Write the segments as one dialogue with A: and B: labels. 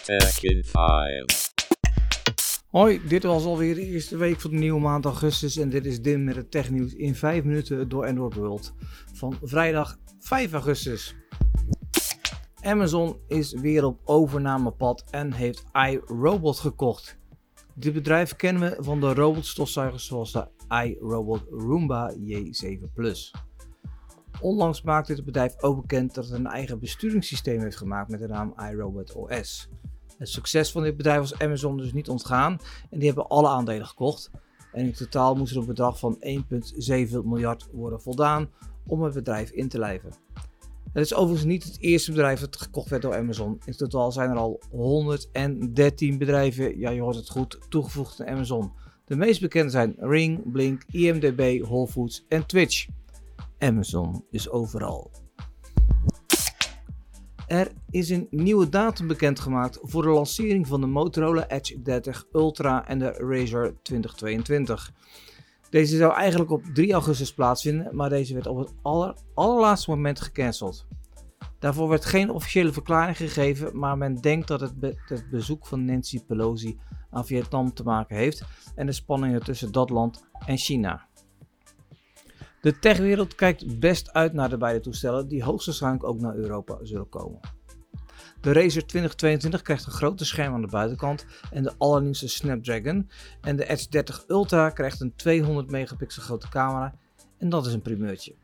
A: Tech in 5.
B: Hoi, dit was alweer de eerste week van de nieuwe maand augustus en dit is Dim met het technieuws in 5 minuten door Android World van vrijdag 5 augustus. Amazon is weer op overnamepad en heeft iRobot gekocht. Dit bedrijf kennen we van de robotstofzuigers zoals de iRobot Roomba J7 Plus. Onlangs maakte het bedrijf ook bekend dat het een eigen besturingssysteem heeft gemaakt met de naam iRobot OS. Het succes van dit bedrijf was Amazon dus niet ontgaan en die hebben alle aandelen gekocht. En in totaal moest er een bedrag van 1,7 miljard worden voldaan om het bedrijf in te lijven. Het is overigens niet het eerste bedrijf dat gekocht werd door Amazon. In totaal zijn er al 113 bedrijven, ja je hoort het goed, toegevoegd aan Amazon. De meest bekende zijn Ring, Blink, IMDb, Whole Foods en Twitch. Amazon is overal. Er is een nieuwe datum bekendgemaakt voor de lancering van de Motorola Edge 30 Ultra en de Razr 2022. Deze zou eigenlijk op 3 augustus plaatsvinden, maar deze werd op het allerlaatste moment gecanceld. Daarvoor werd geen officiële verklaring gegeven, maar men denkt dat het bezoek van Nancy Pelosi aan Vietnam te maken heeft en de spanningen tussen dat land en China. De techwereld kijkt best uit naar de beide toestellen die hoogstwaarschijnlijk ook naar Europa zullen komen. De Razr 2022 krijgt een grote scherm aan de buitenkant en de allernieuwste Snapdragon en de Edge 30 Ultra krijgt een 200 megapixel grote camera en dat is een primeurtje.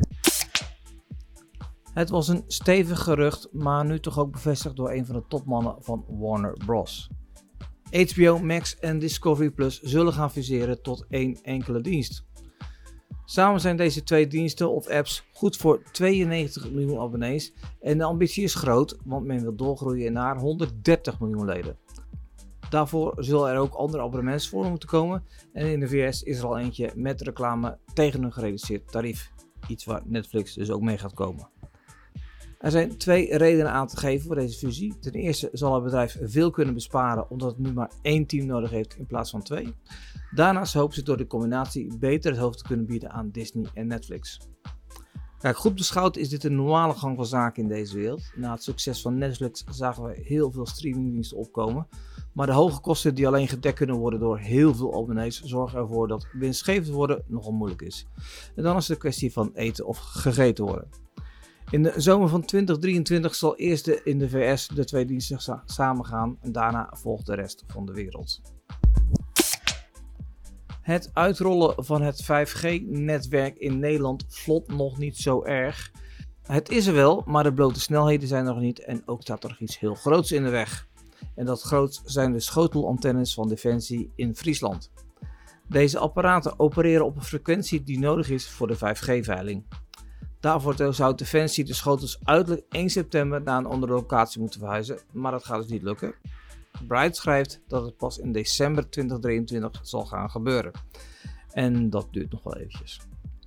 B: Het was een stevig gerucht, maar nu toch ook bevestigd door een van de topmannen van Warner Bros. HBO Max en Discovery Plus zullen gaan fuseren tot één enkele dienst. Samen zijn deze twee diensten of apps goed voor 92 miljoen abonnees en de ambitie is groot, want men wil doorgroeien naar 130 miljoen leden. Daarvoor zullen er ook andere abonnementsvormen moeten komen en in de VS is er al eentje met reclame tegen een gereduceerd tarief. Iets waar Netflix dus ook mee gaat komen. Er zijn 2 redenen aan te geven voor deze fusie. Ten eerste zal het bedrijf veel kunnen besparen omdat het nu maar 1 team nodig heeft in plaats van 2. Daarnaast hopen ze door de combinatie beter het hoofd te kunnen bieden aan Disney en Netflix. Kijk, goed beschouwd is dit een normale gang van zaken in deze wereld. Na het succes van Netflix zagen we heel veel streamingdiensten opkomen. Maar de hoge kosten die alleen gedekt kunnen worden door heel veel abonnees zorgen ervoor dat winstgevend worden nogal moeilijk is. En dan is het een kwestie van eten of gegeten worden. In de zomer van 2023 zal eerst in de VS de 2 diensten samengaan en daarna volgt de rest van de wereld. Het uitrollen van het 5G-netwerk in Nederland vlot nog niet zo erg. Het is er wel, maar de blote snelheden zijn er nog niet en ook staat er nog iets heel groots in de weg. En dat groot zijn de schotelantennes van Defensie in Friesland. Deze apparaten opereren op een frequentie die nodig is voor de 5G-veiling. Daarvoor zou Defensie de schotels uiterlijk 1 september naar een andere locatie moeten verhuizen, maar dat gaat dus niet lukken. Bright schrijft dat het pas in december 2023 zal gaan gebeuren. En dat duurt nog wel eventjes.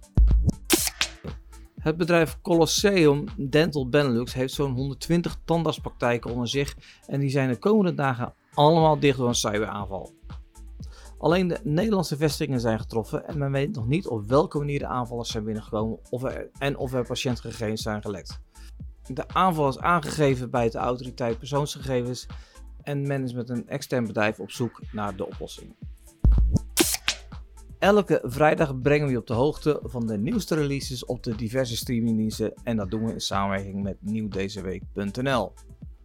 B: Het bedrijf Colosseum Dental Benelux heeft zo'n 120 tandartspraktijken onder zich en die zijn de komende dagen allemaal dicht door een cyberaanval. Alleen de Nederlandse vestigingen zijn getroffen en men weet nog niet op welke manier de aanvallers zijn binnengekomen of er patiëntgegevens zijn gelekt. De aanval is aangegeven bij de autoriteit persoonsgegevens en men is met een extern bedrijf op zoek naar de oplossing. Elke vrijdag brengen we je op de hoogte van de nieuwste releases op de diverse streamingdiensten en dat doen we in samenwerking met nieuwdezeweek.nl.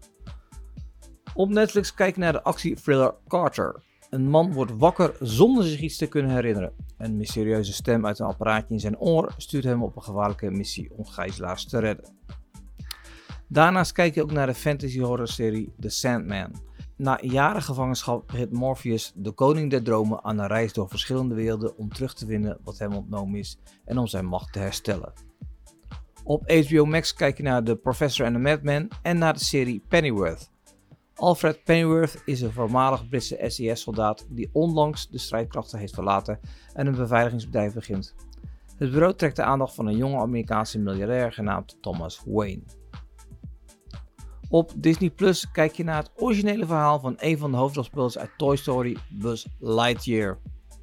B: Op Netflix kijken we naar de actiethriller Carter. Een man wordt wakker zonder zich iets te kunnen herinneren. Een mysterieuze stem uit een apparaatje in zijn oor stuurt hem op een gevaarlijke missie om gijzelaars te redden. Daarnaast kijk je ook naar de fantasy horrorserie The Sandman. Na jaren gevangenschap begint Morpheus, de koning der dromen, aan een reis door verschillende werelden om terug te vinden wat hem ontnomen is en om zijn macht te herstellen. Op HBO Max kijk je naar The Professor and the Madman en naar de serie Pennyworth. Alfred Pennyworth is een voormalig Britse SES-soldaat die onlangs de strijdkrachten heeft verlaten en een beveiligingsbedrijf begint. Het bureau trekt de aandacht van een jonge Amerikaanse miljardair genaamd Thomas Wayne. Op Disney Plus kijk je naar het originele verhaal van een van de hoofdrolspelers uit Toy Story, Buzz Lightyear.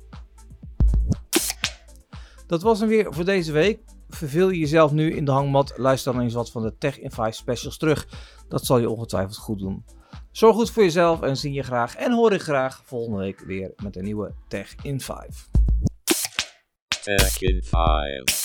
B: Dat was hem weer voor deze week. Verveel je jezelf nu in de hangmat, luister dan eens wat van de Tech in 5 specials terug. Dat zal je ongetwijfeld goed doen. Zorg goed voor jezelf en zie je graag en hoor je graag volgende week weer met een nieuwe Tech in 5.
A: Tech in 5.